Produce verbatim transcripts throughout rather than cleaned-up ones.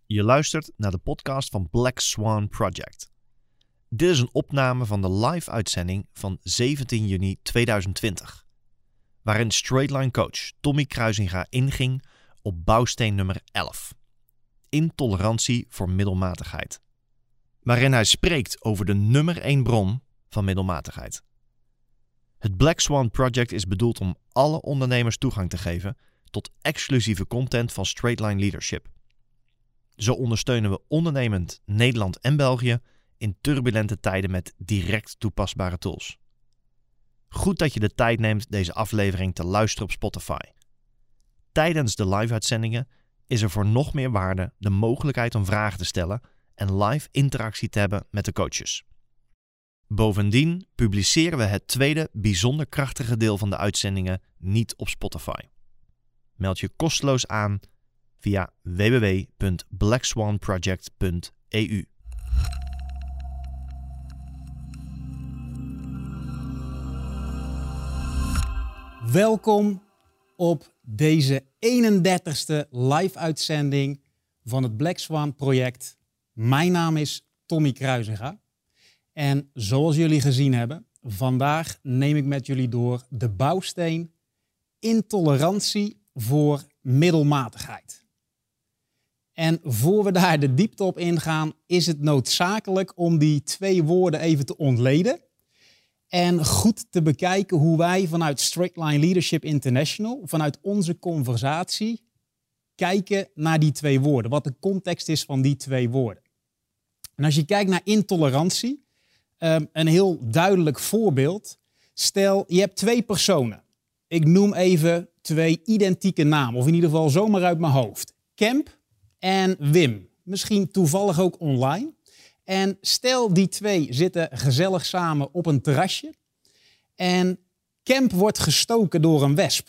Je luistert naar de podcast van Black Swan Project. Dit is een opname van de live-uitzending van zeventien juni tweeduizend twintig, waarin Straightline coach Tommy Kruisinga inging op bouwsteen nummer elf. Intolerantie voor middelmatigheid. Waarin hij spreekt over de nummer één bron van middelmatigheid. Het Black Swan Project is bedoeld om alle ondernemers toegang te geven tot exclusieve content van Straightline Leadership. Zo ondersteunen we ondernemend Nederland en België in turbulente tijden met direct toepasbare tools. Goed dat je de tijd neemt deze aflevering te luisteren op Spotify. Tijdens de live-uitzendingen is er voor nog meer waarde de mogelijkheid om vragen te stellen en live interactie te hebben met de coaches. Bovendien publiceren we het tweede bijzonder krachtige deel van de uitzendingen niet op Spotify. Meld je kosteloos aan via w w w punt black swan project punt e u. Welkom op deze eenendertigste live-uitzending van het Black Swan project. Mijn naam is Tommy Kruisinga. En zoals jullie gezien hebben, vandaag neem ik met jullie door de bouwsteen intolerantie voor middelmatigheid. En voor we daar de diepte op ingaan, is het noodzakelijk om die twee woorden even te ontleden. En goed te bekijken hoe wij vanuit Straightline Leadership International, vanuit onze conversatie, kijken naar die twee woorden. Wat de context is van die twee woorden. En als je kijkt naar intolerantie, um, een heel duidelijk voorbeeld. Stel, je hebt twee personen. Ik noem even twee identieke namen, of in ieder geval zomaar uit mijn hoofd. Kemp en Wim. Misschien toevallig ook online. En stel die twee zitten gezellig samen op een terrasje. En Kemp wordt gestoken door een wesp.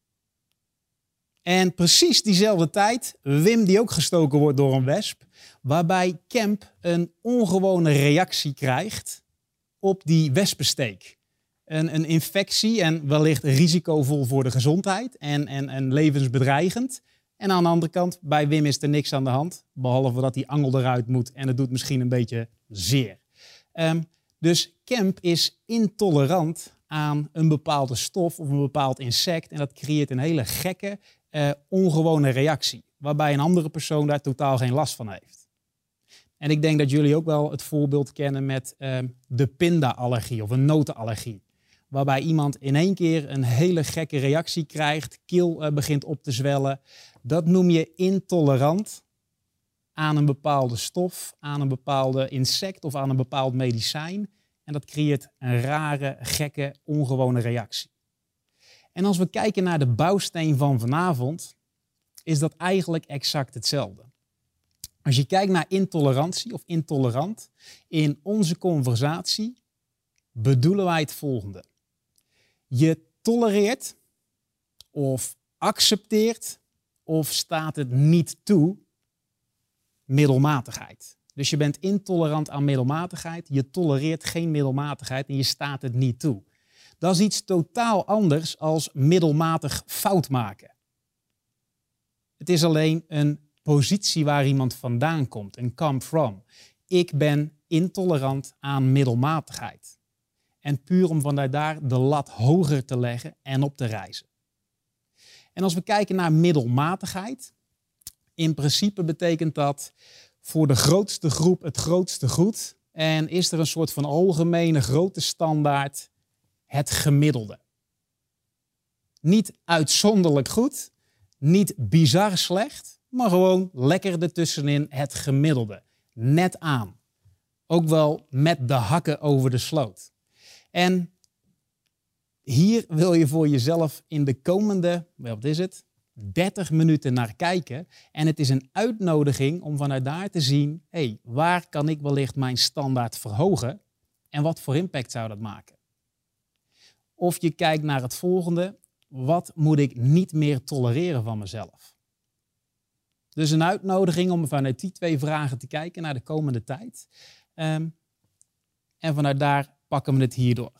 En precies diezelfde tijd Wim die ook gestoken wordt door een wesp. Waarbij Kemp een ongewone reactie krijgt op die wespensteek. Een, een infectie en wellicht risicovol voor de gezondheid en, en, en levensbedreigend. En aan de andere kant, bij Wim is er niks aan de hand. Behalve dat die angel eruit moet en het doet misschien een beetje zeer. Um, dus Kemp is intolerant aan een bepaalde stof of een bepaald insect. En dat creëert een hele gekke, uh, ongewone reactie. Waarbij een andere persoon daar totaal geen last van heeft. En ik denk dat jullie ook wel het voorbeeld kennen met uh, de pinda-allergie of een notenallergie. Waarbij iemand in één keer een hele gekke reactie krijgt, keel uh, begint op te zwellen. Dat noem je intolerant aan een bepaalde stof, aan een bepaalde insect of aan een bepaald medicijn. En dat creëert een rare, gekke, ongewone reactie. En als we kijken naar de bouwsteen van vanavond, is dat eigenlijk exact hetzelfde. Als je kijkt naar intolerantie of intolerant, in onze conversatie bedoelen wij het volgende. Je tolereert of accepteert of staat het niet toe middelmatigheid. Dus je bent intolerant aan middelmatigheid, je tolereert geen middelmatigheid en je staat het niet toe. Dat is iets totaal anders als middelmatig fout maken. Het is alleen een positie waar iemand vandaan komt, een come from. Ik ben intolerant aan middelmatigheid. En puur om vanuit daar de lat hoger te leggen en op te rijzen. En als we kijken naar middelmatigheid, in principe betekent dat voor de grootste groep het grootste goed. En is er een soort van algemene grote standaard, het gemiddelde. Niet uitzonderlijk goed, niet bizar slecht, maar gewoon lekker ertussenin het gemiddelde. Net aan. Ook wel met de hakken over de sloot. En hier wil je voor jezelf in de komende, wat is het, dertig minuten naar kijken. En het is een uitnodiging om vanuit daar te zien, hé, hey, waar kan ik wellicht mijn standaard verhogen en wat voor impact zou dat maken? Of je kijkt naar het volgende, wat moet ik niet meer tolereren van mezelf? Dus een uitnodiging om vanuit die twee vragen te kijken naar de komende tijd. Um, en vanuit daar pakken we het hierdoor.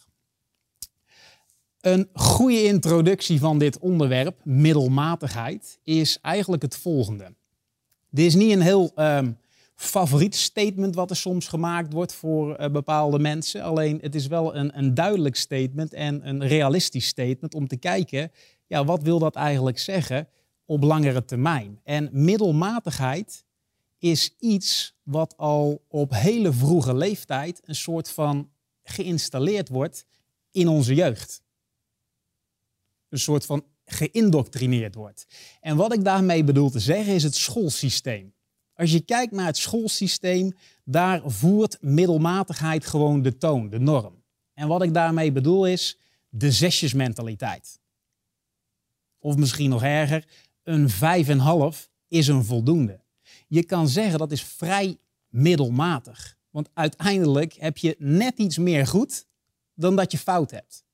Een goede introductie van dit onderwerp, middelmatigheid, is eigenlijk het volgende. Dit is niet een heel um, favoriet statement wat er soms gemaakt wordt voor uh, bepaalde mensen. Alleen het is wel een, een duidelijk statement en een realistisch statement om te kijken, ja, wat wil dat eigenlijk zeggen op langere termijn? En middelmatigheid is iets wat al op hele vroege leeftijd een soort van geïnstalleerd wordt in onze jeugd. Een soort van geïndoctrineerd wordt. En wat ik daarmee bedoel te zeggen is het schoolsysteem. Als je kijkt naar het schoolsysteem, daar voert middelmatigheid gewoon de toon, de norm. En wat ik daarmee bedoel is de zesjesmentaliteit. Of misschien nog erger, een vijf en half is een voldoende. Je kan zeggen dat is vrij middelmatig. Want uiteindelijk heb je net iets meer goed dan dat je fout hebt.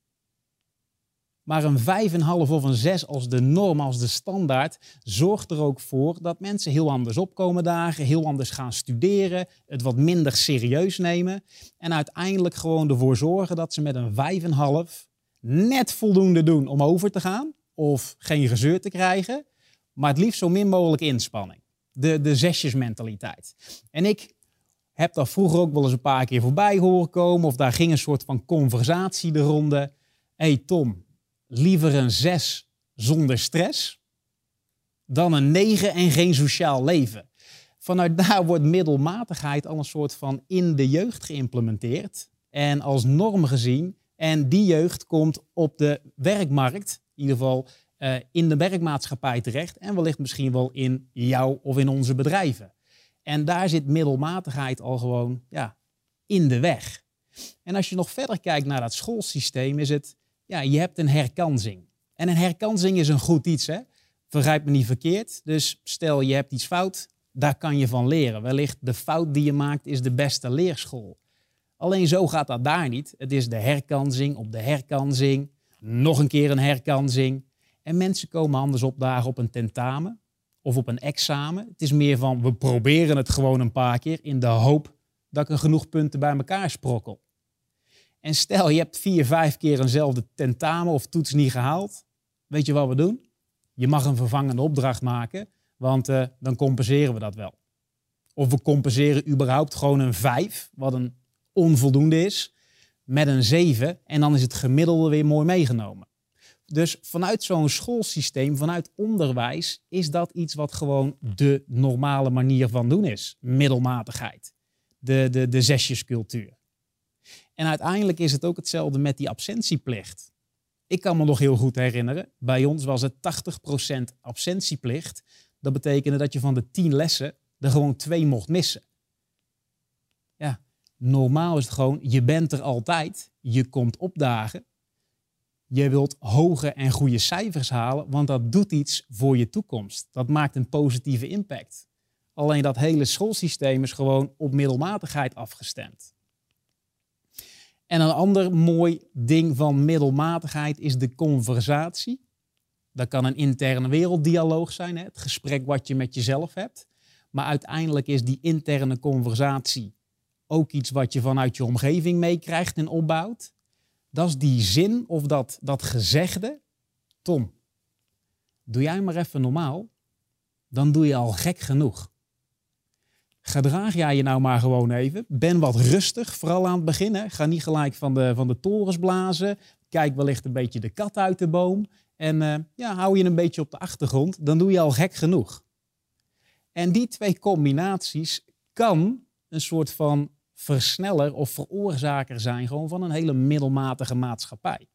Maar een vijf en half of een zes als de norm, als de standaard, zorgt er ook voor dat mensen heel anders opkomen dagen, heel anders gaan studeren, het wat minder serieus nemen en uiteindelijk gewoon ervoor zorgen dat ze met een vijf en half net voldoende doen om over te gaan of geen gezeur te krijgen, maar het liefst zo min mogelijk inspanning. De, de zesjesmentaliteit. En ik heb dat vroeger ook wel eens een paar keer voorbij horen komen of daar ging een soort van conversatie de ronde. Hé hey Tom, liever een zes zonder stress dan een negen en geen sociaal leven. Vanuit daar wordt middelmatigheid al een soort van in de jeugd geïmplementeerd en als norm gezien. En die jeugd komt op de werkmarkt, in ieder geval uh, in de werkmaatschappij terecht en wellicht misschien wel in jou of in onze bedrijven. En daar zit middelmatigheid al gewoon ja, in de weg. En als je nog verder kijkt naar dat schoolsysteem is het, ja, je hebt een herkansing. En een herkansing is een goed iets, hè? Vergrijp me niet verkeerd. Dus stel je hebt iets fout, daar kan je van leren. Wellicht de fout die je maakt is de beste leerschool. Alleen zo gaat dat daar niet. Het is de herkansing op de herkansing, nog een keer een herkansing. En mensen komen anders opdagen op een tentamen of op een examen. Het is meer van, we proberen het gewoon een paar keer in de hoop dat ik er genoeg punten bij elkaar sprokkel. En stel, je hebt vier, vijf keer eenzelfde tentamen of toets niet gehaald. Weet je wat we doen? Je mag een vervangende opdracht maken, want uh, dan compenseren we dat wel. Of we compenseren überhaupt gewoon een vijf, wat een onvoldoende is, met een zeven en dan is het gemiddelde weer mooi meegenomen. Dus vanuit zo'n schoolsysteem, vanuit onderwijs, is dat iets wat gewoon de normale manier van doen is. Middelmatigheid. De, de, de zesjescultuur. En uiteindelijk is het ook hetzelfde met die absentieplicht. Ik kan me nog heel goed herinneren, bij ons was het tachtig procent absentieplicht. Dat betekende dat je van de tien lessen er gewoon twee mocht missen. Ja, normaal is het gewoon, je bent er altijd, je komt opdagen. Je wilt hoge en goede cijfers halen, want dat doet iets voor je toekomst. Dat maakt een positieve impact. Alleen dat hele schoolsysteem is gewoon op middelmatigheid afgestemd. En een ander mooi ding van middelmatigheid is de conversatie. Dat kan een interne werelddialoog zijn, hè? Het gesprek wat je met jezelf hebt. Maar uiteindelijk is die interne conversatie ook iets wat je vanuit je omgeving meekrijgt en opbouwt. Dat is die zin of dat, dat gezegde. Tom, doe jij maar even normaal, dan doe je al gek genoeg. Gedraag jij je nou maar gewoon even. Ben wat rustig, vooral aan het begin. Hè. Ga niet gelijk van de, van de torens blazen. Kijk wellicht een beetje de kat uit de boom. En uh, ja, hou je een beetje op de achtergrond. Dan doe je al gek genoeg. En die twee combinaties kan een soort van versneller of veroorzaker zijn gewoon van een hele middelmatige maatschappij.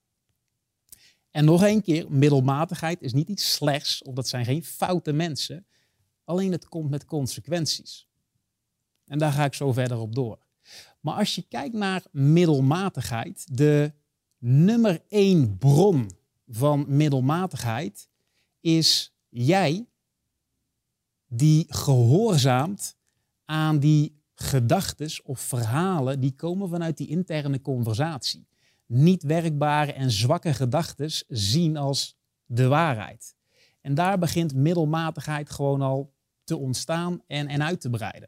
En nog een keer, middelmatigheid is niet iets slechts of dat zijn geen foute mensen. Alleen het komt met consequenties. En daar ga ik zo verder op door. Maar als je kijkt naar middelmatigheid, de nummer één bron van middelmatigheid is jij die gehoorzaamt aan die gedachtes of verhalen die komen vanuit die interne conversatie. Niet werkbare en zwakke gedachtes zien als de waarheid. En daar begint middelmatigheid gewoon al te ontstaan en, en uit te breiden.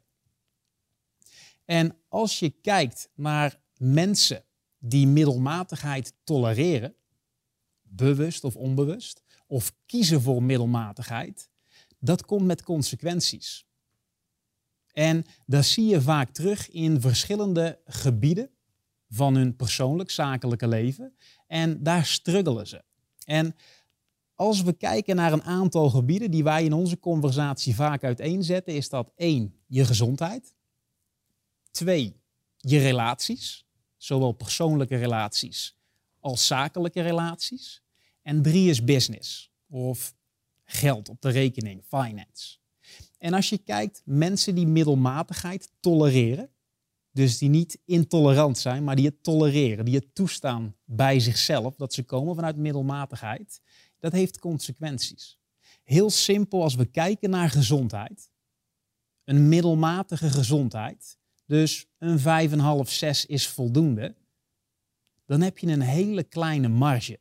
En als je kijkt naar mensen die middelmatigheid tolereren, bewust of onbewust, of kiezen voor middelmatigheid, dat komt met consequenties. En dat zie je vaak terug in verschillende gebieden van hun persoonlijk, zakelijke leven. En daar struggelen ze. En als we kijken naar een aantal gebieden die wij in onze conversatie vaak uiteenzetten, is dat één, je gezondheid. Twee, je relaties, zowel persoonlijke relaties als zakelijke relaties. En drie is business of geld op de rekening, finance. En als je kijkt, mensen die middelmatigheid tolereren, dus die niet intolerant zijn, maar die het tolereren, die het toestaan bij zichzelf, dat ze komen vanuit middelmatigheid, dat heeft consequenties. Heel simpel, als we kijken naar gezondheid, een middelmatige gezondheid, dus een vijf komma vijf, zes is voldoende, dan heb je een hele kleine marge.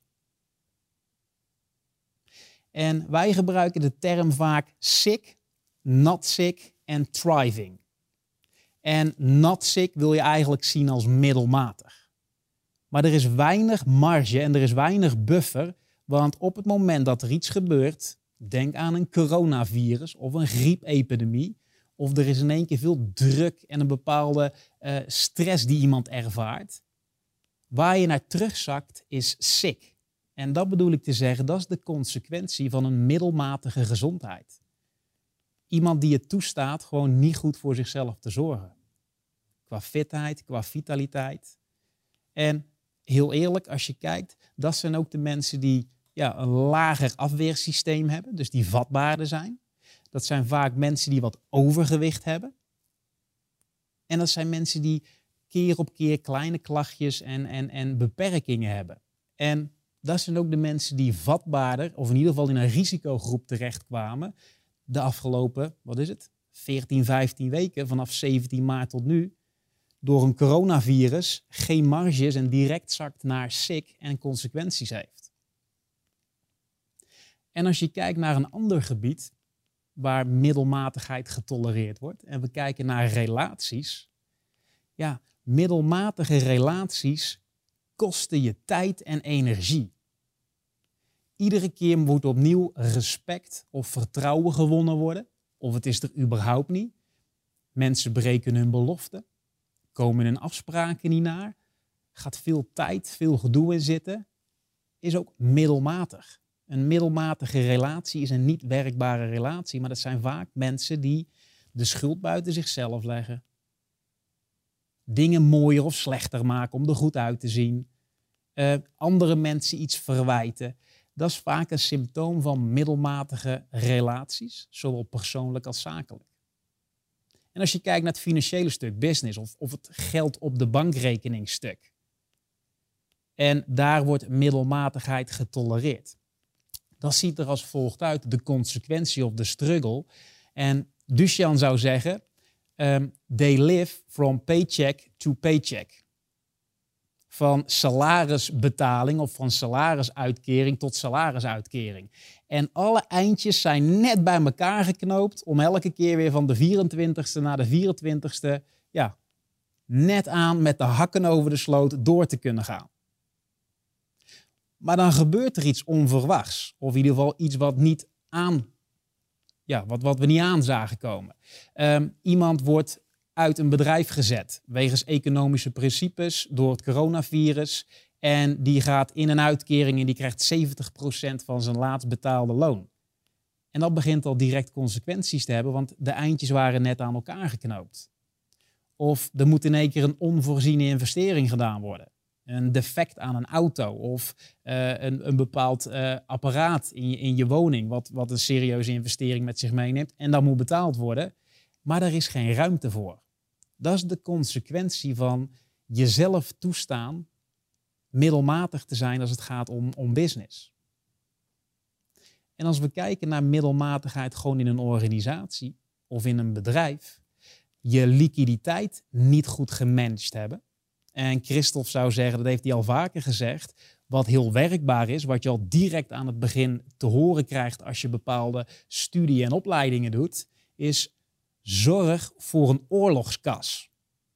En wij gebruiken de term vaak sick, not sick en thriving. En not sick wil je eigenlijk zien als middelmatig. Maar er is weinig marge en er is weinig buffer, want op het moment dat er iets gebeurt, denk aan een coronavirus of een griepepidemie, of er is in één keer veel druk en een bepaalde uh, stress die iemand ervaart, waar je naar terugzakt is sick. En dat bedoel ik te zeggen, dat is de consequentie van een middelmatige gezondheid. Iemand die het toestaat gewoon niet goed voor zichzelf te zorgen. Qua fitheid, qua vitaliteit. En heel eerlijk, als je kijkt, dat zijn ook de mensen die ja, een lager afweersysteem hebben, dus die vatbaarder zijn. Dat zijn vaak mensen die wat overgewicht hebben. En dat zijn mensen die keer op keer kleine klachtjes en, en, en beperkingen hebben. En dat zijn ook de mensen die vatbaarder, of in ieder geval in een risicogroep terechtkwamen, de afgelopen, wat is het, veertien, vijftien weken, vanaf zeventien maart tot nu, door een coronavirus geen marges en direct zakt naar sick en consequenties heeft. En als je kijkt naar een ander gebied waar middelmatigheid getolereerd wordt en we kijken naar relaties, ja, middelmatige relaties kosten je tijd en energie. Iedere keer moet opnieuw respect of vertrouwen gewonnen worden, of het is er überhaupt niet. Mensen breken hun beloften, komen hun afspraken niet naar, gaat veel tijd, veel gedoe in zitten, is ook middelmatig. Een middelmatige relatie is een niet werkbare relatie, maar dat zijn vaak mensen die de schuld buiten zichzelf leggen, dingen mooier of slechter maken om er goed uit te zien, uh, andere mensen iets verwijten. Dat is vaak een symptoom van middelmatige relaties, zowel persoonlijk als zakelijk. En als je kijkt naar het financiële stuk, business, of, of het geld op de bankrekening stuk. En daar wordt middelmatigheid getolereerd. Dat ziet er als volgt uit, de consequentie of de struggle. En Duchamp zou zeggen, um, they live from paycheck to paycheck. Van salarisbetaling of van salarisuitkering tot salarisuitkering. En alle eindjes zijn net bij elkaar geknoopt om elke keer weer van de vierentwintigste naar de vierentwintigste, ja, net aan met de hakken over de sloot door te kunnen gaan. Maar dan gebeurt er iets onverwachts. Of in ieder geval iets wat, niet aan, ja, wat, wat we niet aan zagen komen. Um, iemand wordt uit een bedrijf gezet wegens economische principes door het coronavirus. En die gaat in een uitkering en die krijgt zeventig procent van zijn laatst betaalde loon. En dat begint al direct consequenties te hebben, want de eindjes waren net aan elkaar geknoopt. Of er moet in één keer een onvoorziene investering gedaan worden. Een defect aan een auto of uh, een, een bepaald uh, apparaat in je, in je woning, wat, wat een serieuze investering met zich meeneemt. En dat moet betaald worden, maar er is geen ruimte voor. Dat is de consequentie van jezelf toestaan middelmatig te zijn als het gaat om, om business. En als we kijken naar middelmatigheid gewoon in een organisatie of in een bedrijf, je liquiditeit niet goed gemanaged hebben. En Christophe zou zeggen, dat heeft hij al vaker gezegd, wat heel werkbaar is, wat je al direct aan het begin te horen krijgt als je bepaalde studie- en opleidingen doet, is zorg voor een oorlogskas.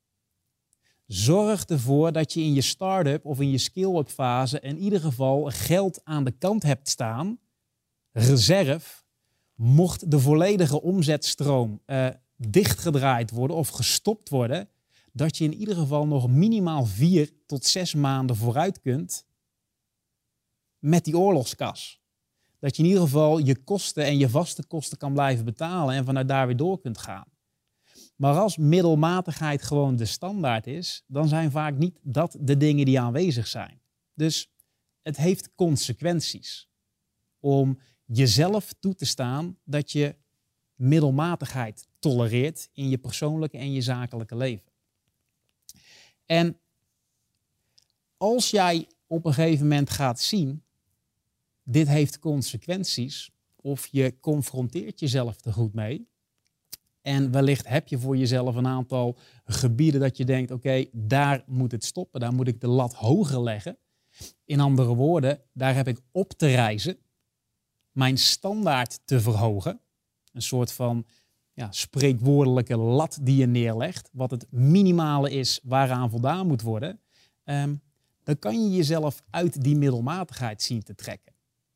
Zorg ervoor dat je in je start-up of in je skill-up fase in ieder geval geld aan de kant hebt staan, reserve, mocht de volledige omzetstroom uh, dichtgedraaid worden of gestopt worden, dat je in ieder geval nog minimaal vier tot zes maanden vooruit kunt met die oorlogskas. Dat je in ieder geval je kosten en je vaste kosten kan blijven betalen en vanuit daar weer door kunt gaan. Maar als middelmatigheid gewoon de standaard is, dan zijn vaak niet dat de dingen die aanwezig zijn. Dus het heeft consequenties om jezelf toe te staan dat je middelmatigheid tolereert in je persoonlijke en je zakelijke leven. En als jij op een gegeven moment gaat zien, dit heeft consequenties, of je confronteert jezelf er goed mee, en wellicht heb je voor jezelf een aantal gebieden dat je denkt, oké, okay, daar moet het stoppen, daar moet ik de lat hoger leggen. In andere woorden, daar heb ik op te reizen, mijn standaard te verhogen. Een soort van ja, spreekwoordelijke lat die je neerlegt, wat het minimale is waaraan voldaan moet worden. Um, dan kan je jezelf uit die middelmatigheid zien te trekken.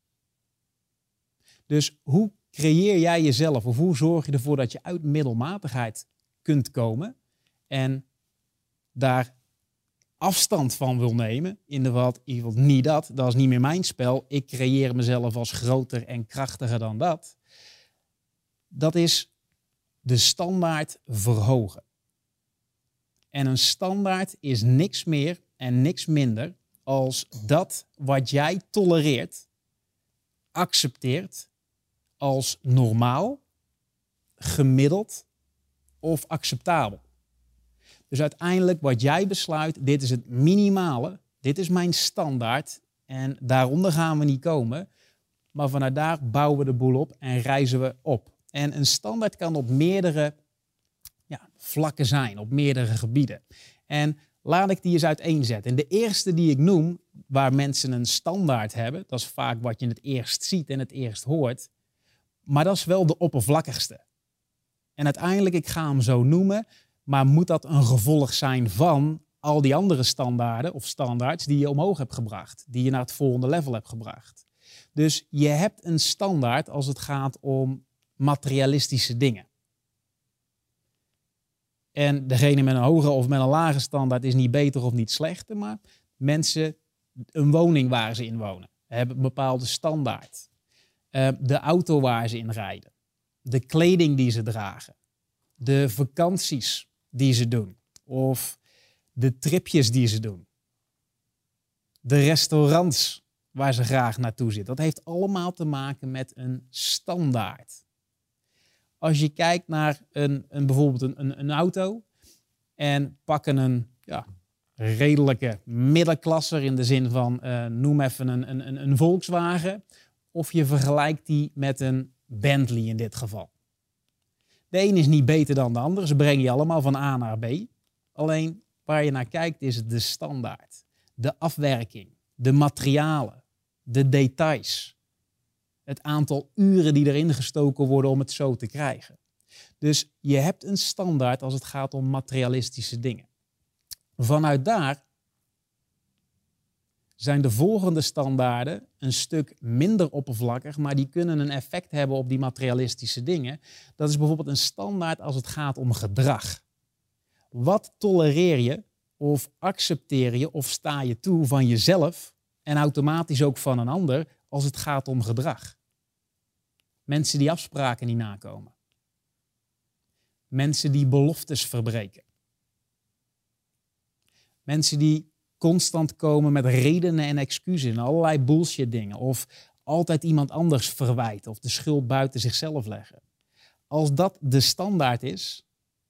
Dus hoe creëer jij jezelf, of hoe zorg je ervoor dat je uit middelmatigheid kunt komen en daar afstand van wil nemen? In de wat, in ieder geval niet dat, dat is niet meer mijn spel. Ik creëer mezelf als groter en krachtiger dan dat. Dat is de standaard verhogen. En een standaard is niks meer en niks minder als dat wat jij tolereert, accepteert als normaal, gemiddeld of acceptabel. Dus uiteindelijk wat jij besluit, dit is het minimale, dit is mijn standaard en daaronder gaan we niet komen. Maar vanuit daar bouwen we de boel op en reizen we op. En een standaard kan op meerdere ja, vlakken zijn, op meerdere gebieden. En laat ik die eens uiteenzetten. En de eerste die ik noem, waar mensen een standaard hebben, dat is vaak wat je het eerst ziet en het eerst hoort. Maar dat is wel de oppervlakkigste. En uiteindelijk, ik ga hem zo noemen, maar moet dat een gevolg zijn van al die andere standaarden of standaards die je omhoog hebt gebracht, die je naar het volgende level hebt gebracht. Dus je hebt een standaard als het gaat om materialistische dingen. En degene met een hoge of met een lage standaard is niet beter of niet slechter, maar mensen, een woning waar ze in wonen, hebben een bepaalde standaard. Uh, de auto waar ze in rijden, de kleding die ze dragen, de vakanties die ze doen of de tripjes die ze doen, de restaurants waar ze graag naartoe zitten. Dat heeft allemaal te maken met een standaard. Als je kijkt naar een, een, bijvoorbeeld een, een, een auto en pakken een ja, redelijke middenklasser in de zin van uh, noem even een, een, een Volkswagen, of je vergelijkt die met een Bentley in dit geval. De een is niet beter dan de ander, ze brengen je allemaal van A naar B. Alleen waar je naar kijkt is de standaard, de afwerking, de materialen, de details. Het aantal uren die erin gestoken worden om het zo te krijgen. Dus je hebt een standaard als het gaat om materialistische dingen. Vanuit daar zijn de volgende standaarden een stuk minder oppervlakkig, maar die kunnen een effect hebben op die materialistische dingen. Dat is bijvoorbeeld een standaard als het gaat om gedrag. Wat tolereer je of accepteer je of sta je toe van jezelf en automatisch ook van een ander als het gaat om gedrag? Mensen die afspraken niet nakomen. Mensen die beloftes verbreken. Mensen die constant komen met redenen en excuses en allerlei bullshit dingen. Of altijd iemand anders verwijten of de schuld buiten zichzelf leggen. Als dat de standaard is,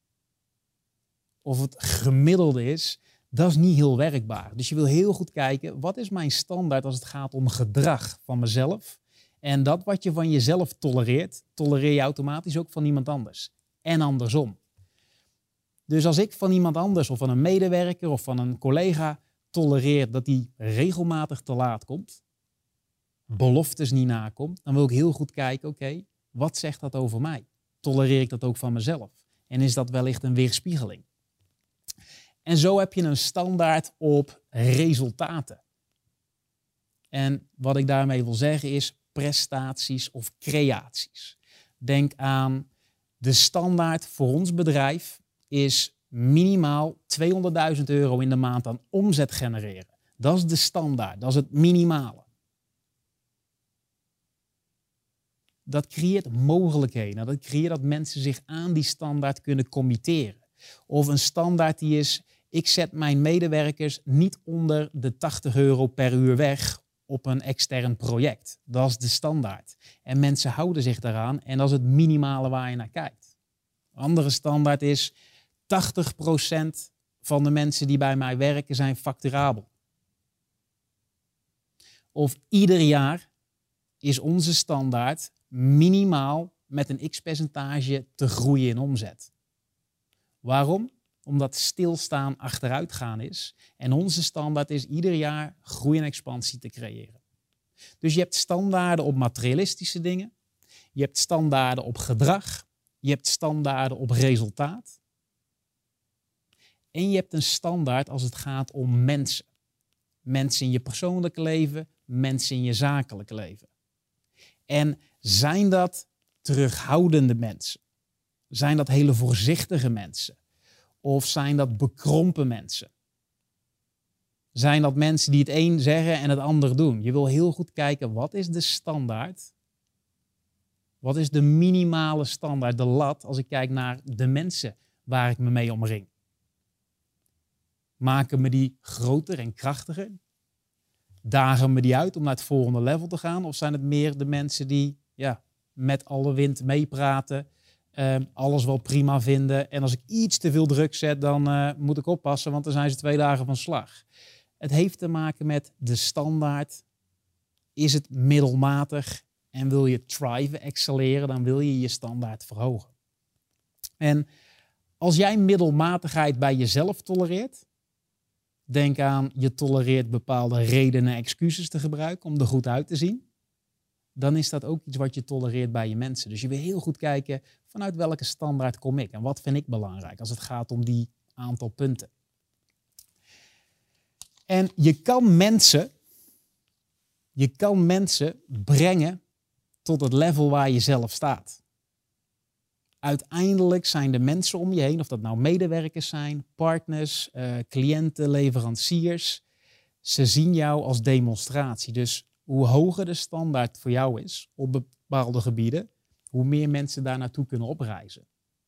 of het gemiddelde is, dat is niet heel werkbaar. Dus je wil heel goed kijken, wat is mijn standaard als het gaat om gedrag van mezelf? En dat wat je van jezelf tolereert, tolereer je automatisch ook van iemand anders. En andersom. Dus als ik van iemand anders of van een medewerker of van een collega tolereer dat die regelmatig te laat komt, beloftes niet nakomt, dan wil ik heel goed kijken, oké, okay, wat zegt dat over mij? Tolereer ik dat ook van mezelf? En is dat wellicht een weerspiegeling? En zo heb je een standaard op resultaten. En wat ik daarmee wil zeggen is prestaties of creaties. Denk aan de standaard voor ons bedrijf is minimaal tweehonderdduizend euro in de maand aan omzet genereren. Dat is de standaard, dat is het minimale. Dat creëert mogelijkheden. Dat creëert dat mensen zich aan die standaard kunnen committeren. Of een standaard die is, ik zet mijn medewerkers niet onder de tachtig euro per uur weg op een extern project. Dat is de standaard. En mensen houden zich daaraan en dat is het minimale waar je naar kijkt. Een andere standaard is, tachtig procent van de mensen die bij mij werken zijn facturabel. Of ieder jaar is onze standaard minimaal met een x-percentage te groeien in omzet. Waarom? Omdat stilstaan achteruit gaan is. En onze standaard is ieder jaar groei en expansie te creëren. Dus je hebt standaarden op materialistische dingen. Je hebt standaarden op gedrag. Je hebt standaarden op resultaat. En je hebt een standaard als het gaat om mensen. Mensen in je persoonlijke leven, mensen in je zakelijke leven. En zijn dat terughoudende mensen? Zijn dat hele voorzichtige mensen? Of zijn dat bekrompen mensen? Zijn dat mensen die het een zeggen en het ander doen? Je wil heel goed kijken, wat is de standaard? Wat is de minimale standaard, de lat, als ik kijk naar de mensen waar ik me mee omring? Maken me die groter en krachtiger? Dagen me die uit om naar het volgende level te gaan? Of zijn het meer de mensen die ja, met alle wind meepraten, uh, alles wel prima vinden en als ik iets te veel druk zet, dan uh, moet ik oppassen, want dan zijn ze twee dagen van slag. Het heeft te maken met de standaard. Is het middelmatig en wil je thriven, excelleren, dan wil je je standaard verhogen. En als jij middelmatigheid bij jezelf tolereert, denk aan je tolereert bepaalde redenen en excuses te gebruiken om er goed uit te zien, dan is dat ook iets wat je tolereert bij je mensen. Dus je wil heel goed kijken vanuit welke standaard kom ik en wat vind ik belangrijk als het gaat om die aantal punten. En je kan mensen, je kan mensen brengen tot het level waar je zelf staat. Uiteindelijk zijn de mensen om je heen, of dat nou medewerkers zijn, partners, uh, cliënten, leveranciers, ze zien jou als demonstratie. Dus hoe hoger de standaard voor jou is op bepaalde gebieden, hoe meer mensen daar naartoe kunnen opreizen.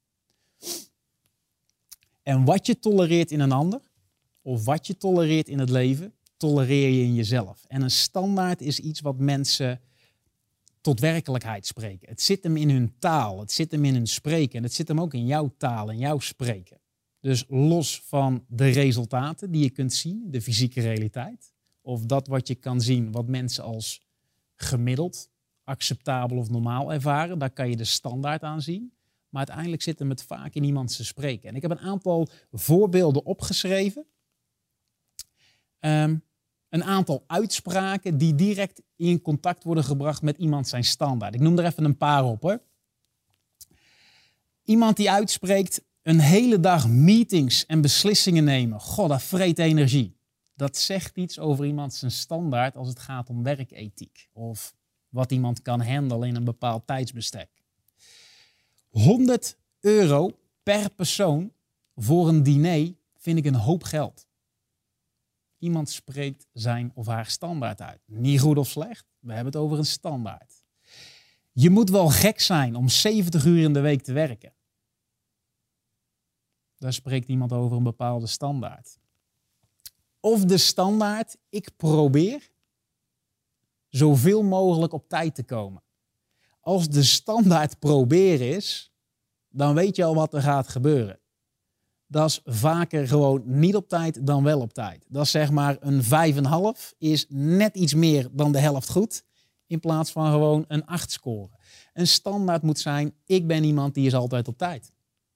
En wat je tolereert in een ander, of wat je tolereert in het leven, tolereer je in jezelf. En een standaard is iets wat mensen tot werkelijkheid spreken. Het zit hem in hun taal, het zit hem in hun spreken en het zit hem ook in jouw taal en jouw spreken. Dus los van de resultaten die je kunt zien, de fysieke realiteit, of dat wat je kan zien, wat mensen als gemiddeld, acceptabel of normaal ervaren, daar kan je de standaard aan zien. Maar uiteindelijk zit hem het vaak in iemands spreken. En ik heb een aantal voorbeelden opgeschreven. Um, een aantal uitspraken die direct in contact worden gebracht met iemand zijn standaard. Ik noem er even een paar op, hoor. Iemand die uitspreekt, een hele dag meetings en beslissingen nemen. God, dat vreet energie. Dat zegt iets over iemand zijn standaard als het gaat om werkethiek. Of wat iemand kan handelen in een bepaald tijdsbestek. honderd euro per persoon voor een diner vind ik een hoop geld. Iemand spreekt zijn of haar standaard uit. Niet goed of slecht, we hebben het over een standaard. Je moet wel gek zijn om zeventig uur in de week te werken. Daar spreekt iemand over een bepaalde standaard. Of de standaard, ik probeer zoveel mogelijk op tijd te komen. Als de standaard proberen is, dan weet je al wat er gaat gebeuren. Dat is vaker gewoon niet op tijd dan wel op tijd. Dat is zeg maar een vijf komma vijf is net iets meer dan de helft goed. In plaats van gewoon een acht scoren. Een standaard moet zijn, ik ben iemand die is altijd op tijd.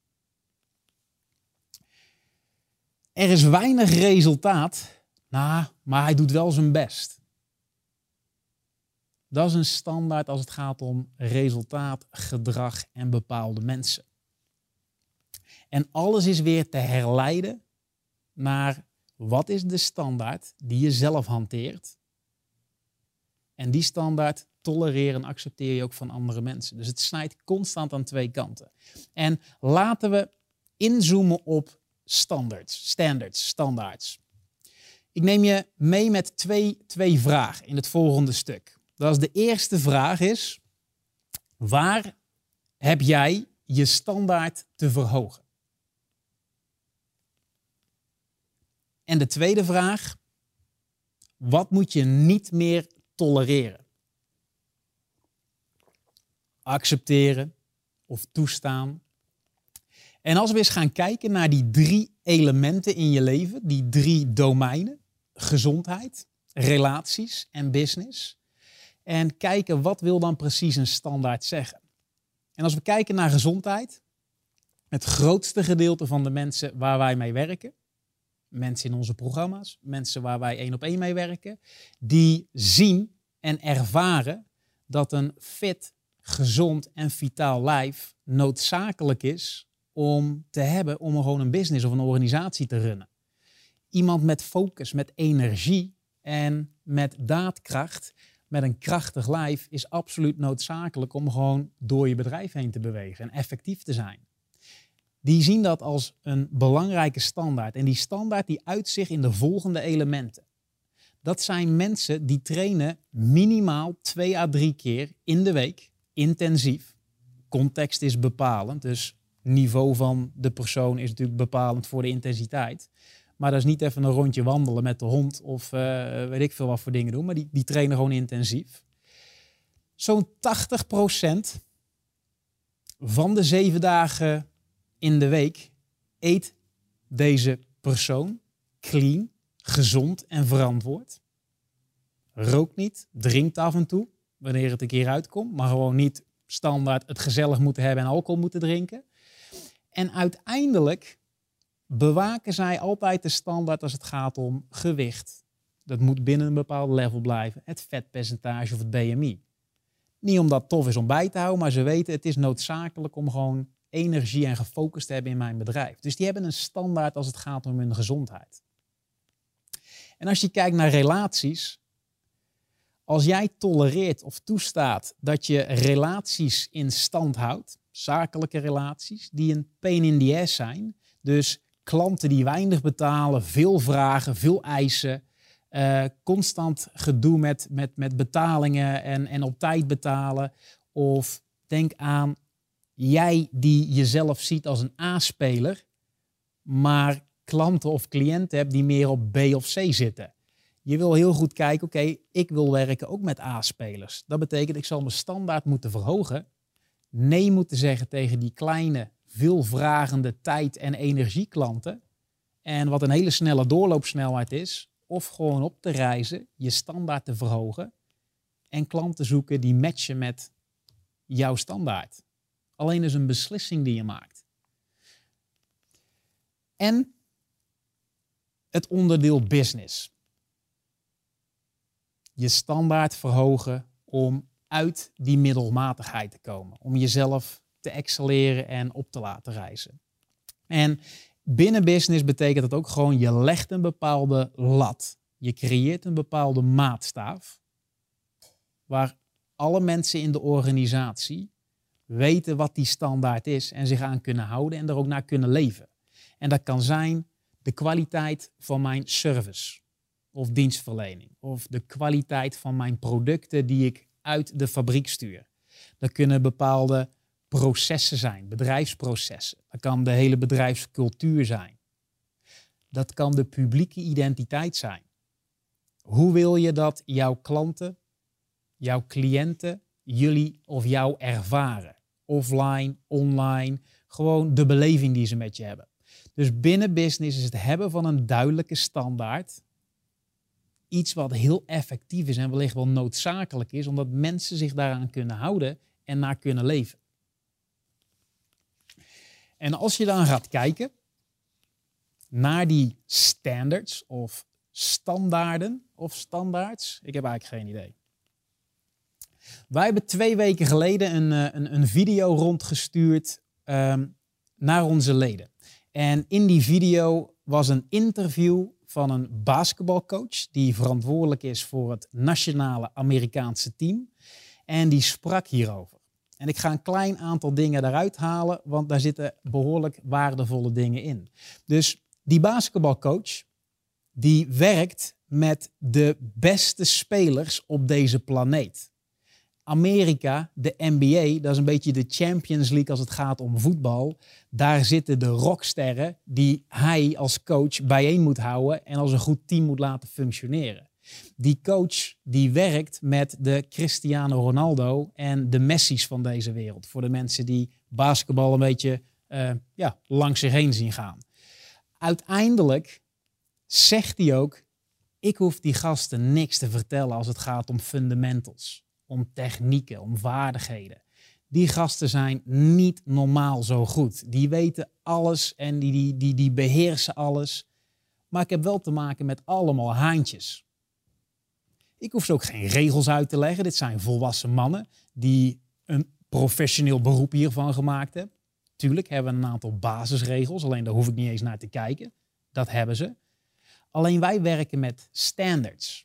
Er is weinig resultaat, nou, maar hij doet wel zijn best. Dat is een standaard als het gaat om resultaat, gedrag en bepaalde mensen. En alles is weer te herleiden naar wat is de standaard die je zelf hanteert. En die standaard tolereer en accepteer je ook van andere mensen. Dus het snijdt constant aan twee kanten. En laten we inzoomen op standards, standards, standaards. Ik neem je mee met twee, twee vragen in het volgende stuk. Dat is de eerste vraag is, waar heb jij je standaard te verhogen? En de tweede vraag, wat moet je niet meer tolereren? Accepteren of toestaan. En als we eens gaan kijken naar die drie elementen in je leven, die drie domeinen, gezondheid, relaties en business. En kijken wat wil dan precies een standaard zeggen. En als we kijken naar gezondheid, het grootste gedeelte van de mensen waar wij mee werken, mensen in onze programma's, mensen waar wij één op één mee werken, die zien en ervaren dat een fit, gezond en vitaal lijf noodzakelijk is om te hebben om gewoon een business of een organisatie te runnen. Iemand met focus, met energie en met daadkracht, met een krachtig lijf is absoluut noodzakelijk om gewoon door je bedrijf heen te bewegen en effectief te zijn. Die zien dat als een belangrijke standaard. En die standaard die uit zich in de volgende elementen. Dat zijn mensen die trainen minimaal twee à drie keer in de week, intensief. Context is bepalend, dus niveau van de persoon is natuurlijk bepalend voor de intensiteit. Maar dat is niet even een rondje wandelen met de hond of uh, weet ik veel wat voor dingen doen. Maar die, die trainen gewoon intensief. Zo'n tachtig procent van de zeven dagen in de week eet deze persoon clean, gezond en verantwoord. Rookt niet, drinkt af en toe, wanneer het een keer uitkomt. Maar gewoon niet standaard het gezellig moeten hebben en alcohol moeten drinken. En uiteindelijk bewaken zij altijd de standaard als het gaat om gewicht. Dat moet binnen een bepaald level blijven. Het vetpercentage of het B M I. Niet omdat het tof is om bij te houden, maar ze weten het is noodzakelijk om gewoon energie en gefocust te hebben in mijn bedrijf. Dus die hebben een standaard als het gaat om hun gezondheid. En als je kijkt naar relaties, als jij tolereert of toestaat dat je relaties in stand houdt, zakelijke relaties, die een pain in the ass zijn, dus klanten die weinig betalen, veel vragen, veel eisen, uh, constant gedoe met, met, met betalingen en, en op tijd betalen. Of denk aan jij die jezelf ziet als een A-speler, maar klanten of cliënten hebt die meer op B of C zitten. Je wil heel goed kijken, oké, okay, ik wil werken ook met A-spelers. Dat betekent, ik zal mijn standaard moeten verhogen. Nee moeten zeggen tegen die kleine, veelvragende tijd- en energieklanten. En wat een hele snelle doorloopsnelheid is, of gewoon op te reizen, je standaard te verhogen en klanten zoeken die matchen met jouw standaard. Alleen is een beslissing die je maakt. En het onderdeel business. Je standaard verhogen om uit die middelmatigheid te komen. Om jezelf te excelleren en op te laten reizen. En binnen business betekent dat ook gewoon, je legt een bepaalde lat. Je creëert een bepaalde maatstaaf. Waar alle mensen in de organisatie weten wat die standaard is en zich aan kunnen houden en er ook naar kunnen leven. En dat kan zijn de kwaliteit van mijn service of dienstverlening. Of de kwaliteit van mijn producten die ik uit de fabriek stuur. Dat kunnen bepaalde processen zijn, bedrijfsprocessen. Dat kan de hele bedrijfscultuur zijn. Dat kan de publieke identiteit zijn. Hoe wil je dat jouw klanten, jouw cliënten, jullie of jou ervaren? Offline, online, gewoon de beleving die ze met je hebben. Dus binnen business is het hebben van een duidelijke standaard iets wat heel effectief is en wellicht wel noodzakelijk is, omdat mensen zich daaraan kunnen houden en naar kunnen leven. En als je dan gaat kijken naar die standards of standaarden of standaards, ik heb eigenlijk geen idee. Wij hebben twee weken geleden een, een, een video rondgestuurd um, naar onze leden. En in die video was een interview van een basketbalcoach die verantwoordelijk is voor het nationale Amerikaanse team. En die sprak hierover. En ik ga een klein aantal dingen daaruit halen, want daar zitten behoorlijk waardevolle dingen in. Dus die basketbalcoach, die werkt met de beste spelers op deze planeet. Amerika, de N B A, dat is een beetje de Champions League als het gaat om voetbal. Daar zitten de rocksterren die hij als coach bijeen moet houden en als een goed team moet laten functioneren. Die coach die werkt met de Cristiano Ronaldo en de Messi's van deze wereld. Voor de mensen die basketbal een beetje uh, ja, langs zich heen zien gaan. Uiteindelijk zegt hij ook, ik hoef die gasten niks te vertellen als het gaat om fundamentals. Om technieken, om vaardigheden. Die gasten zijn niet normaal zo goed. Die weten alles en die, die, die, die beheersen alles. Maar ik heb wel te maken met allemaal haantjes. Ik hoef ze ook geen regels uit te leggen. Dit zijn volwassen mannen die een professioneel beroep hiervan gemaakt hebben. Tuurlijk hebben we een aantal basisregels, alleen daar hoef ik niet eens naar te kijken. Dat hebben ze. Alleen wij werken met standards.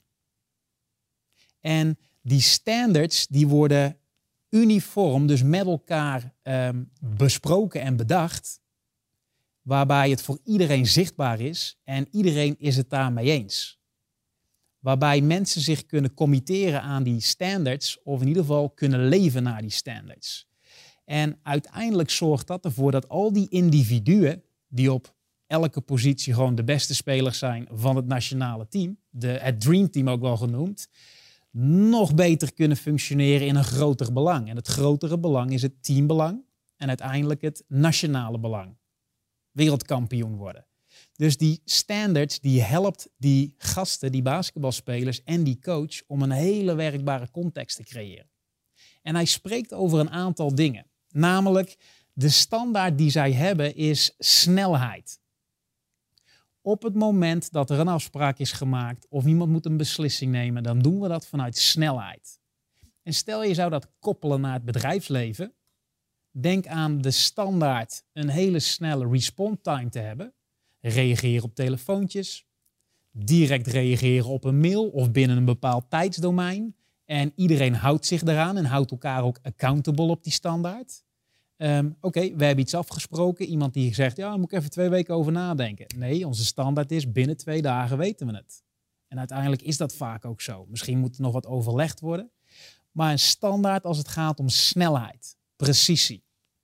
En die standards die worden uniform, dus met elkaar um, besproken en bedacht, waarbij het voor iedereen zichtbaar is en iedereen is het daarmee eens. Waarbij mensen zich kunnen committeren aan die standards of in ieder geval kunnen leven naar die standards. En uiteindelijk zorgt dat ervoor dat al die individuen die op elke positie gewoon de beste spelers zijn van het nationale team, de, het Dream Team ook wel genoemd, nog beter kunnen functioneren in een groter belang. En het grotere belang is het teambelang en uiteindelijk het nationale belang. Wereldkampioen worden. Dus die standards die helpt die gasten, die basketbalspelers en die coach om een hele werkbare context te creëren. En hij spreekt over een aantal dingen. Namelijk, de standaard die zij hebben is snelheid. Op het moment dat er een afspraak is gemaakt of iemand moet een beslissing nemen, dan doen we dat vanuit snelheid. En stel je zou dat koppelen naar het bedrijfsleven. Denk aan de standaard een hele snelle response time te hebben. Reageren op telefoontjes. Direct reageren op een mail of binnen een bepaald tijdsdomein. En iedereen houdt zich daaraan en houdt elkaar ook accountable op die standaard. Um, Oké, okay, we hebben iets afgesproken. Iemand die zegt, ja, daar moet ik even twee weken over nadenken. Nee, onze standaard is binnen twee dagen weten we het. En uiteindelijk is dat vaak ook zo. Misschien moet er nog wat overlegd worden. Maar een standaard als het gaat om snelheid, precisie.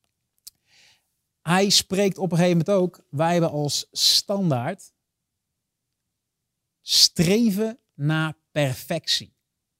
Hij spreekt op een gegeven moment ook, wij hebben als standaard streven naar perfectie.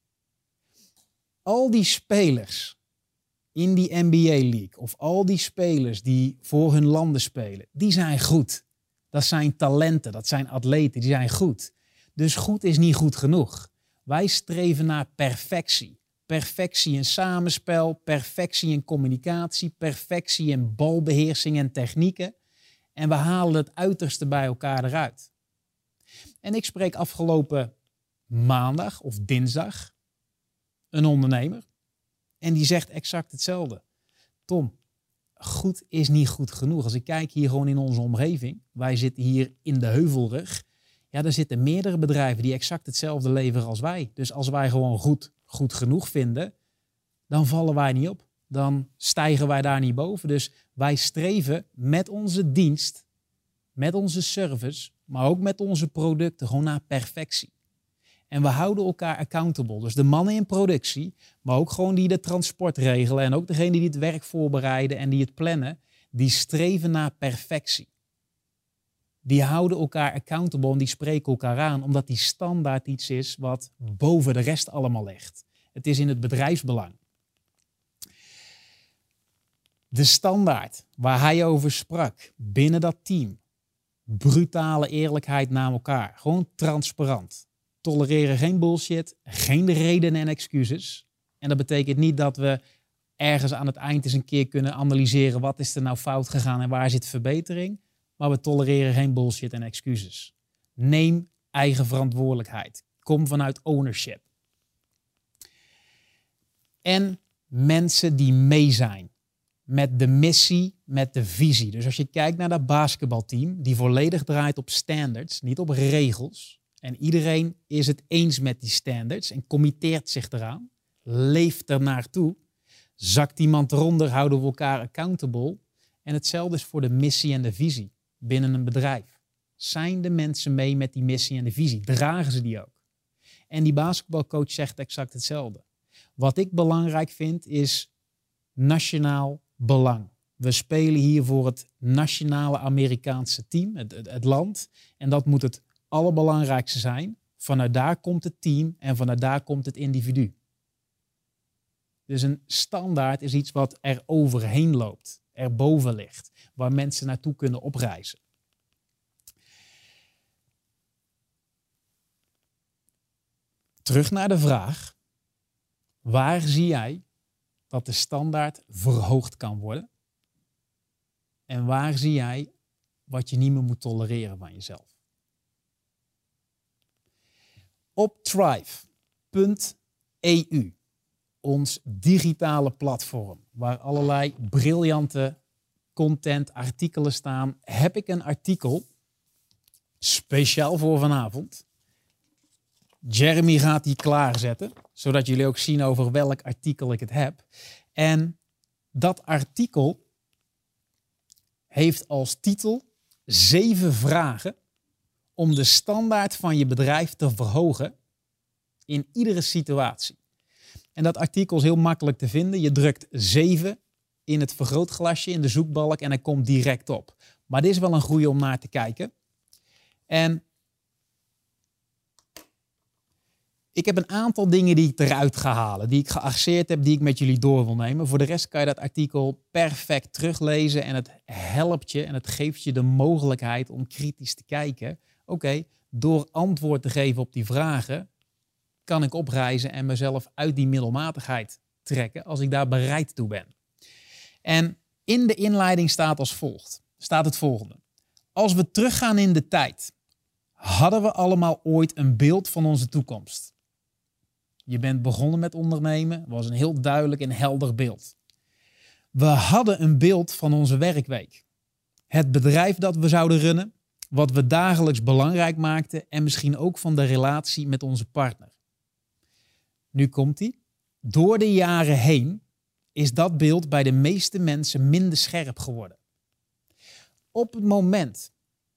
Al die spelers in die N B A-league of al die spelers die voor hun landen spelen, die zijn goed. Dat zijn talenten, dat zijn atleten, die zijn goed. Dus goed is niet goed genoeg. Wij streven naar perfectie. Perfectie in samenspel, perfectie in communicatie, perfectie in balbeheersing en technieken. En we halen het uiterste bij elkaar eruit. En ik spreek afgelopen maandag of dinsdag een ondernemer. En die zegt exact hetzelfde. Tom, goed is niet goed genoeg. Als ik kijk hier gewoon in onze omgeving. Wij zitten hier in de Heuvelrug. Ja, er zitten meerdere bedrijven die exact hetzelfde leveren als wij. Dus als wij gewoon goed, goed genoeg vinden, dan vallen wij niet op. Dan stijgen wij daar niet boven. Dus wij streven met onze dienst, met onze service, maar ook met onze producten gewoon naar perfectie. En we houden elkaar accountable. Dus de mannen in productie, maar ook gewoon die de transport regelen en ook degene die het werk voorbereiden en die het plannen, die streven naar perfectie. Die houden elkaar accountable en die spreken elkaar aan, omdat die standaard iets is wat boven de rest allemaal ligt. Het is in het bedrijfsbelang. De standaard waar hij over sprak binnen dat team. Brutale eerlijkheid naar elkaar. Gewoon transparant. Tolereren geen bullshit, geen redenen en excuses. En dat betekent niet dat we ergens aan het eind eens een keer kunnen analyseren wat is er nou fout gegaan en waar zit verbetering. Maar we tolereren geen bullshit en excuses. Neem eigen verantwoordelijkheid. Kom vanuit ownership. En mensen die mee zijn met de missie, met de visie. Dus als je kijkt naar dat basketbalteam die volledig draait op standards, niet op regels. En iedereen is het eens met die standards en committeert zich eraan. leeft er naartoe. Zakt iemand eronder, houden we elkaar accountable. En hetzelfde is voor de missie en de visie binnen een bedrijf. Zijn de mensen mee met die missie en de visie? Dragen ze die ook? En die basketbalcoach zegt exact hetzelfde. Wat ik belangrijk vind is nationaal belang. We spelen hier voor het nationale Amerikaanse team, het, het, het land. En dat moet het allerbelangrijkste zijn. Vanuit daar komt het team en vanuit daar komt het individu. Dus een standaard is iets wat er overheen loopt, erboven ligt, waar mensen naartoe kunnen opreizen. Terug naar de vraag, waar zie jij dat de standaard verhoogd kan worden? En waar zie jij wat je niet meer moet tolereren van jezelf? Op thrive punt e u, ons digitale platform, waar allerlei briljante content, artikelen staan, heb ik een artikel, speciaal voor vanavond. Jeremy gaat die klaarzetten, zodat jullie ook zien over welk artikel ik het heb. En dat artikel heeft als titel zeven vragen om de standaard van je bedrijf te verhogen in iedere situatie. En dat artikel is heel makkelijk te vinden. Je drukt zeven in het vergrootglasje, in de zoekbalk en hij komt direct op. Maar dit is wel een goede om naar te kijken. En ik heb een aantal dingen die ik eruit ga halen, die ik gearseerd heb, die ik met jullie door wil nemen. Voor de rest kan je dat artikel perfect teruglezen en het helpt je en het geeft je de mogelijkheid om kritisch te kijken. Oké, okay, door antwoord te geven op die vragen kan ik opreizen en mezelf uit die middelmatigheid trekken als ik daar bereid toe ben. En in de inleiding staat als volgt, staat het volgende. Als we teruggaan in de tijd, hadden we allemaal ooit een beeld van onze toekomst. Je bent begonnen met ondernemen, was een heel duidelijk en helder beeld. We hadden een beeld van onze werkweek. Het bedrijf dat we zouden runnen, wat we dagelijks belangrijk maakten en misschien ook van de relatie met onze partner. Nu komt-ie. Door de jaren heen is dat beeld bij de meeste mensen minder scherp geworden. Op het moment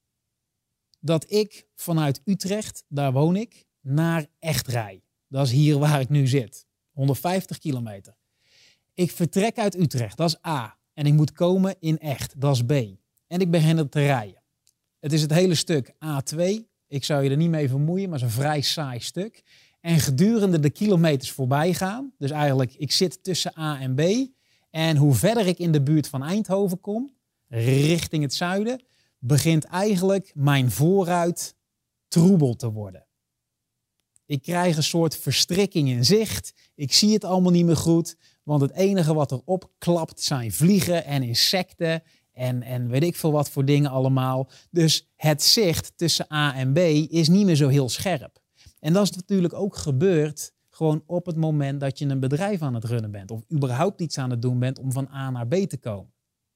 dat ik vanuit Utrecht, daar woon ik, naar Echt rij. Dat is hier waar ik nu zit. honderdvijftig kilometer. Ik vertrek uit Utrecht, dat is A. En ik moet komen in Echt, dat is B. En ik begin er te rijden. Het is het hele stuk A twee. Ik zou je er niet mee vermoeien, maar het is een vrij saai stuk. En gedurende de kilometers voorbij gaan, dus eigenlijk ik zit tussen A en B. En hoe verder ik in de buurt van Eindhoven kom, richting het zuiden, begint eigenlijk mijn voorruit troebel te worden. Ik krijg een soort verstrikking in zicht. Ik zie het allemaal niet meer goed, want het enige wat erop klapt zijn vliegen en insecten en, en weet ik veel wat voor dingen allemaal. Dus het zicht tussen A en B is niet meer zo heel scherp. En dat is natuurlijk ook gebeurd gewoon op het moment dat je een bedrijf aan het runnen bent of überhaupt iets aan het doen bent om van A naar B te komen.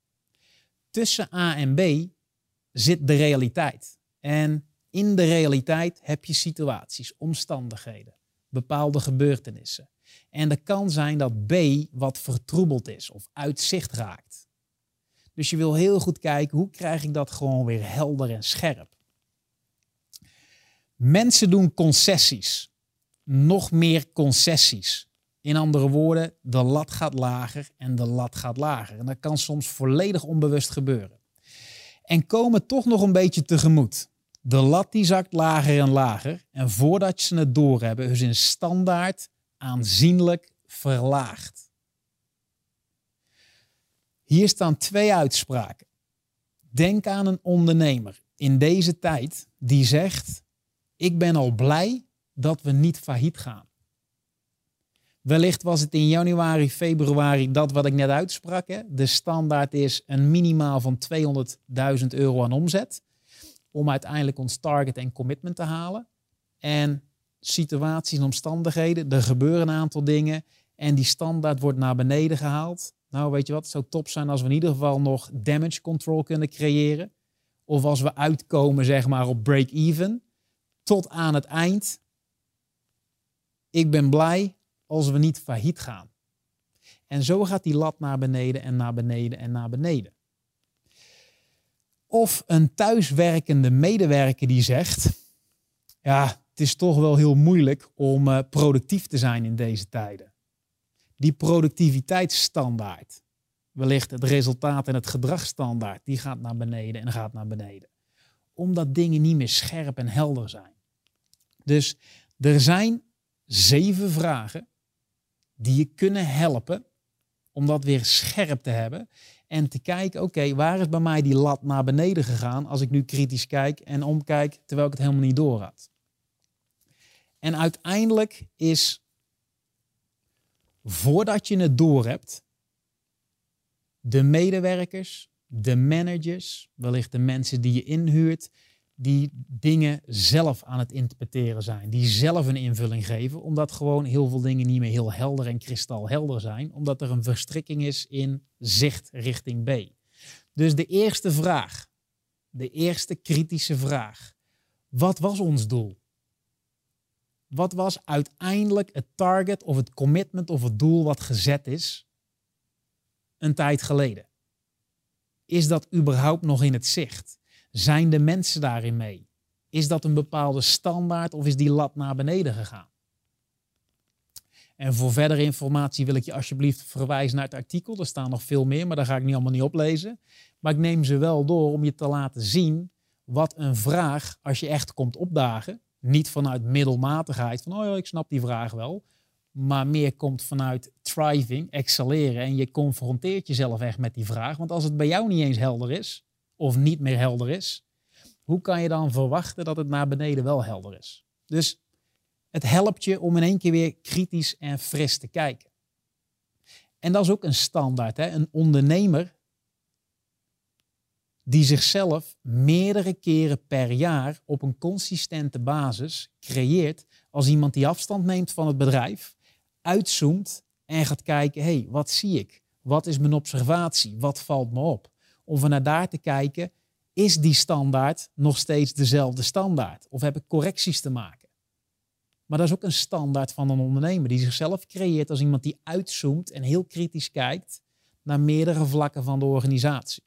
Tussen A en B zit de realiteit. En in de realiteit heb je situaties, omstandigheden, bepaalde gebeurtenissen. En het kan zijn dat B wat vertroebeld is of uit zicht raakt. Dus je wil heel goed kijken, hoe krijg ik dat gewoon weer helder en scherp? Mensen doen concessies. Nog meer concessies. In andere woorden, de lat gaat lager en de lat gaat lager. En dat kan soms volledig onbewust gebeuren. En komen toch nog een beetje tegemoet. De lat die zakt lager en lager. En voordat ze het doorhebben, is hun standaard aanzienlijk verlaagd. Hier staan twee uitspraken. Denk aan een ondernemer in deze tijd die zegt: ik ben al blij dat we niet failliet gaan. Wellicht was het in januari, februari dat wat ik net uitsprak. Hè? De standaard is een minimaal van tweehonderdduizend euro aan omzet. Om uiteindelijk ons target en commitment te halen. En situaties en omstandigheden, er gebeuren een aantal dingen. En die standaard wordt naar beneden gehaald. Nou, weet je wat, het zou top zijn als we in ieder geval nog damage control kunnen creëren. Of als we uitkomen, zeg maar, op break-even. Tot aan het eind. Ik ben blij als we niet failliet gaan. En zo gaat die lat naar beneden en naar beneden en naar beneden. Of een thuiswerkende medewerker die zegt, ja, het is toch wel heel moeilijk om uh, productief te zijn in deze tijden. Die productiviteitsstandaard, wellicht het resultaat en het gedragsstandaard, die gaat naar beneden en gaat naar beneden. Omdat dingen niet meer scherp en helder zijn. Dus er zijn zeven vragen die je kunnen helpen om dat weer scherp te hebben. En te kijken, oké, okay, waar is bij mij die lat naar beneden gegaan als ik nu kritisch kijk en omkijk terwijl ik het helemaal niet door had. En uiteindelijk is, voordat je het door hebt, de medewerkers, de managers, wellicht de mensen die je inhuurt, die dingen zelf aan het interpreteren zijn. Die zelf een invulling geven, omdat gewoon heel veel dingen niet meer heel helder en kristalhelder zijn. Omdat er een verstrikking is in zicht richting B. Dus de eerste vraag, de eerste kritische vraag. Wat was ons doel? Wat was uiteindelijk het target of het commitment of het doel wat gezet is een tijd geleden? Is dat überhaupt nog in het zicht? Zijn de mensen daarin mee? Is dat een bepaalde standaard of is die lat naar beneden gegaan? En voor verdere informatie wil ik je alsjeblieft verwijzen naar het artikel. Er staan nog veel meer, maar daar ga ik nu allemaal niet oplezen. Maar ik neem ze wel door om je te laten zien wat een vraag, als je echt komt opdagen, niet vanuit middelmatigheid, van oh ja, ik snap die vraag wel, maar meer komt vanuit thriving, excelleren en je confronteert jezelf echt met die vraag. Want als het bij jou niet eens helder is, of niet meer helder is, hoe kan je dan verwachten dat het naar beneden wel helder is? Dus het helpt je om in één keer weer kritisch en fris te kijken. En dat is ook een standaard. Hè? Een ondernemer die zichzelf meerdere keren per jaar op een consistente basis creëert als iemand die afstand neemt van het bedrijf, uitzoomt en gaat kijken, hé, hey, wat zie ik? Wat is mijn observatie? Wat valt me op? Om vanuit daar te kijken, is die standaard nog steeds dezelfde standaard? Of heb ik correcties te maken? Maar dat is ook een standaard van een ondernemer die zichzelf creëert als iemand die uitzoomt en heel kritisch kijkt naar meerdere vlakken van de organisatie.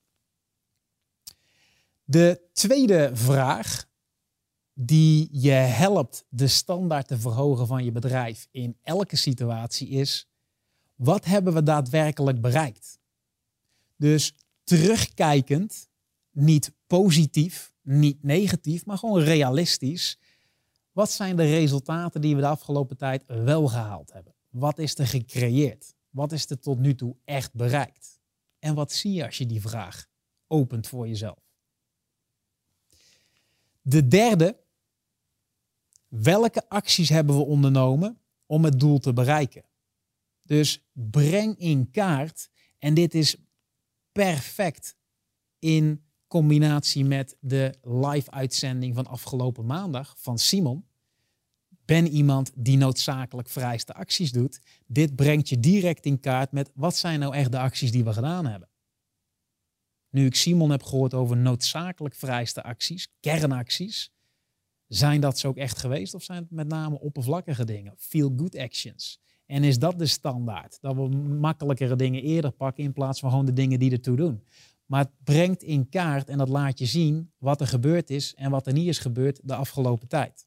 De tweede vraag die je helpt de standaard te verhogen van je bedrijf in elke situatie is, wat hebben we daadwerkelijk bereikt? Dus terugkijkend, niet positief, niet negatief, maar gewoon realistisch. Wat zijn de resultaten die we de afgelopen tijd wel gehaald hebben? Wat is er gecreëerd? Wat is er tot nu toe echt bereikt? En wat zie je als je die vraag opent voor jezelf? De derde, welke acties hebben we ondernomen om het doel te bereiken? Dus breng in kaart, en dit is perfect in combinatie met de live-uitzending van afgelopen maandag van Simon. Ben iemand die noodzakelijk vereiste acties doet. Dit brengt je direct in kaart met wat zijn nou echt de acties die we gedaan hebben. Nu ik Simon heb gehoord over noodzakelijk vereiste acties, kernacties, zijn dat ze ook echt geweest of zijn het met name oppervlakkige dingen, feel-good actions? En is dat de standaard? Dat we makkelijkere dingen eerder pakken in plaats van gewoon de dingen die ertoe doen. Maar het brengt in kaart en dat laat je zien wat er gebeurd is en wat er niet is gebeurd de afgelopen tijd.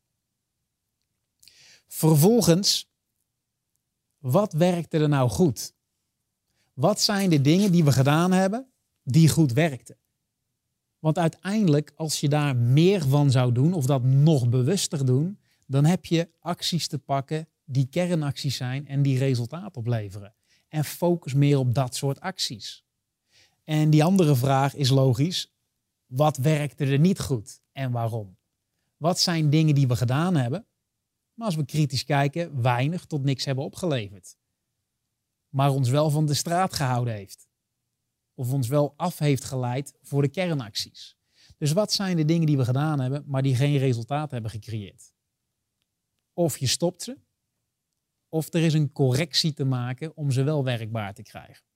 Vervolgens, wat werkte er nou goed? Wat zijn de dingen die we gedaan hebben die goed werkten? Want uiteindelijk, als je daar meer van zou doen of dat nog bewuster doen, dan heb je acties te pakken die kernacties zijn en die resultaat opleveren. En focus meer op dat soort acties. En die andere vraag is logisch, wat werkte er niet goed en waarom? Wat zijn dingen die we gedaan hebben, maar als we kritisch kijken, weinig tot niks hebben opgeleverd. Maar ons wel van de straat gehouden heeft. Of ons wel af heeft geleid voor de kernacties. Dus wat zijn de dingen die we gedaan hebben, maar die geen resultaat hebben gecreëerd? Of je stopt ze, of er is een correctie te maken om ze wel werkbaar te krijgen.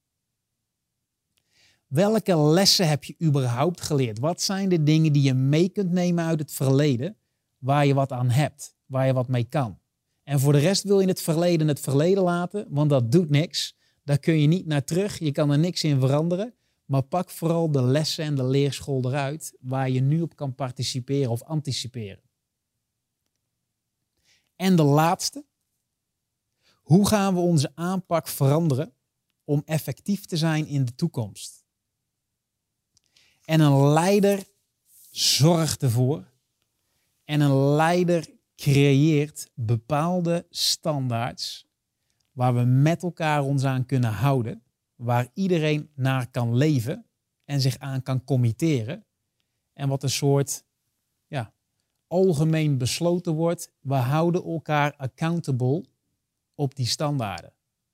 Welke lessen heb je überhaupt geleerd? Wat zijn de dingen die je mee kunt nemen uit het verleden, waar je wat aan hebt, waar je wat mee kan? En voor de rest wil je het verleden het verleden laten, want dat doet niks. Daar kun je niet naar terug, je kan er niks in veranderen. Maar pak vooral de lessen en de leerschool eruit waar je nu op kan participeren of anticiperen. En de laatste. Hoe gaan we onze aanpak veranderen om effectief te zijn in de toekomst? En een leider zorgt ervoor. En een leider creëert bepaalde standaards waar we met elkaar ons aan kunnen houden. Waar iedereen naar kan leven en zich aan kan committeren. En wat een soort ja, algemeen besloten wordt. We houden elkaar accountable op die standaarden.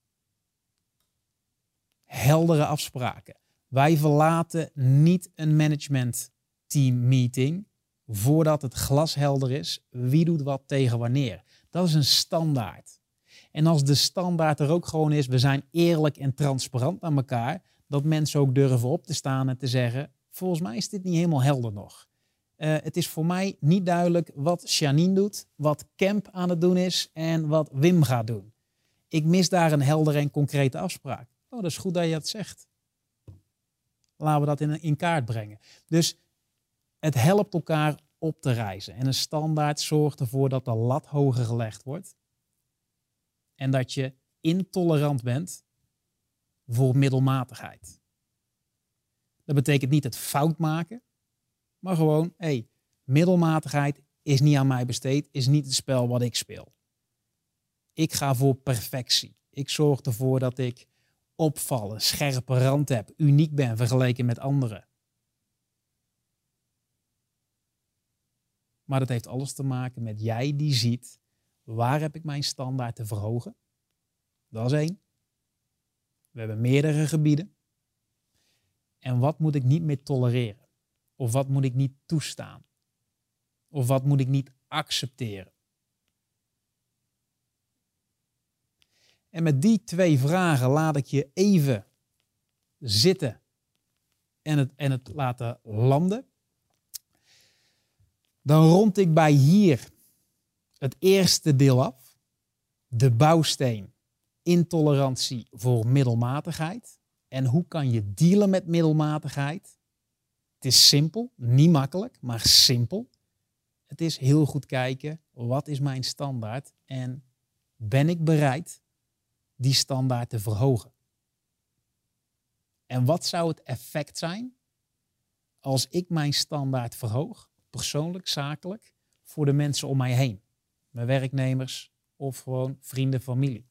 Heldere afspraken. Wij verlaten niet een management team meeting voordat het glashelder is wie doet wat tegen wanneer. Dat is een standaard. En als de standaard er ook gewoon is, we zijn eerlijk en transparant naar elkaar, dat mensen ook durven op te staan en te zeggen, volgens mij is dit niet helemaal helder nog. Uh, het is voor mij niet duidelijk wat Janine doet, wat Kemp aan het doen is en wat Wim gaat doen. Ik mis daar een heldere en concrete afspraak. Oh, dat is goed dat je dat zegt. Laten we dat in, in kaart brengen. Dus het helpt elkaar op te reizen. En een standaard zorgt ervoor dat de lat hoger gelegd wordt. En dat je intolerant bent voor middelmatigheid. Dat betekent niet het fout maken, maar gewoon, hé, hey, middelmatigheid is niet aan mij besteed, is niet het spel wat ik speel. Ik ga voor perfectie. Ik zorg ervoor dat ik opvallen, scherpe rand heb, uniek ben vergeleken met anderen. Maar dat heeft alles te maken met jij die ziet, waar heb ik mijn standaard te verhogen? Dat is één. We hebben meerdere gebieden. En wat moet ik niet meer tolereren? Of wat moet ik niet toestaan? Of wat moet ik niet accepteren? En met die twee vragen laat ik je even zitten en het, en het laten landen. Dan rond ik bij hier het eerste deel af. De bouwsteen, intolerantie voor middelmatigheid. En hoe kan je dealen met middelmatigheid? Het is simpel, niet makkelijk, maar simpel. Het is heel goed kijken, wat is mijn standaard? En ben ik bereid die standaard te verhogen? En wat zou het effect zijn als ik mijn standaard verhoog, persoonlijk, zakelijk, voor de mensen om mij heen? Mijn werknemers of gewoon vrienden, familie.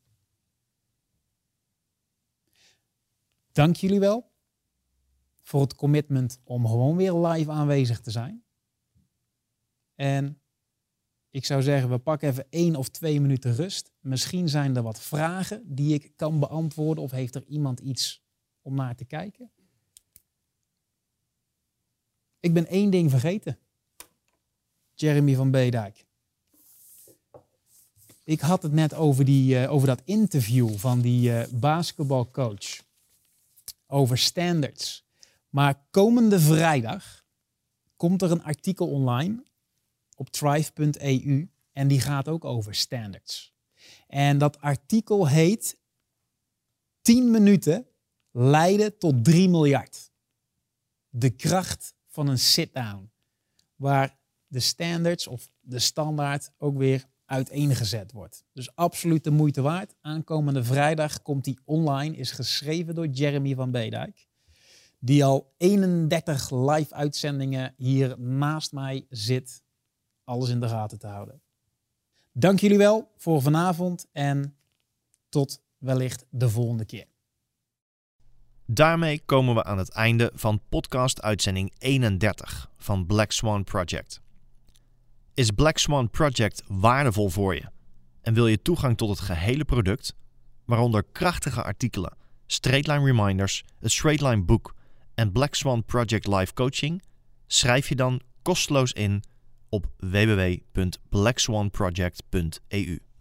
Dank jullie wel voor het commitment om gewoon weer live aanwezig te zijn. En ik zou zeggen, we pakken even één of twee minuten rust. Misschien zijn er wat vragen die ik kan beantwoorden of heeft er iemand iets om naar te kijken? Ik ben één ding vergeten. Jeremy van Beedijk. Ik had het net over, die, uh, over dat interview van die uh, basketbalcoach. Over standards. Maar komende vrijdag komt er een artikel online op thrive punt e u en die gaat ook over standards. En dat artikel heet tien minuten leiden tot drie miljard. De kracht van een sit-down. Waar de standards of de standaard ook weer uiteengezet wordt. Dus absoluut de moeite waard. Aankomende vrijdag komt die online, is geschreven door Jeremy van Beedijk. Die al eenendertig live uitzendingen hier naast mij zit. Alles in de gaten te houden. Dank jullie wel voor vanavond en tot wellicht de volgende keer. Daarmee komen we aan het einde van podcast uitzending eenendertig van Black Swan Project. Is Black Swan Project waardevol voor je en wil je toegang tot het gehele product, waaronder krachtige artikelen, Straightline Reminders, het Straightline boek en Black Swan Project Live Coaching? Schrijf je dan kosteloos in op w w w punt black swan project punt e u.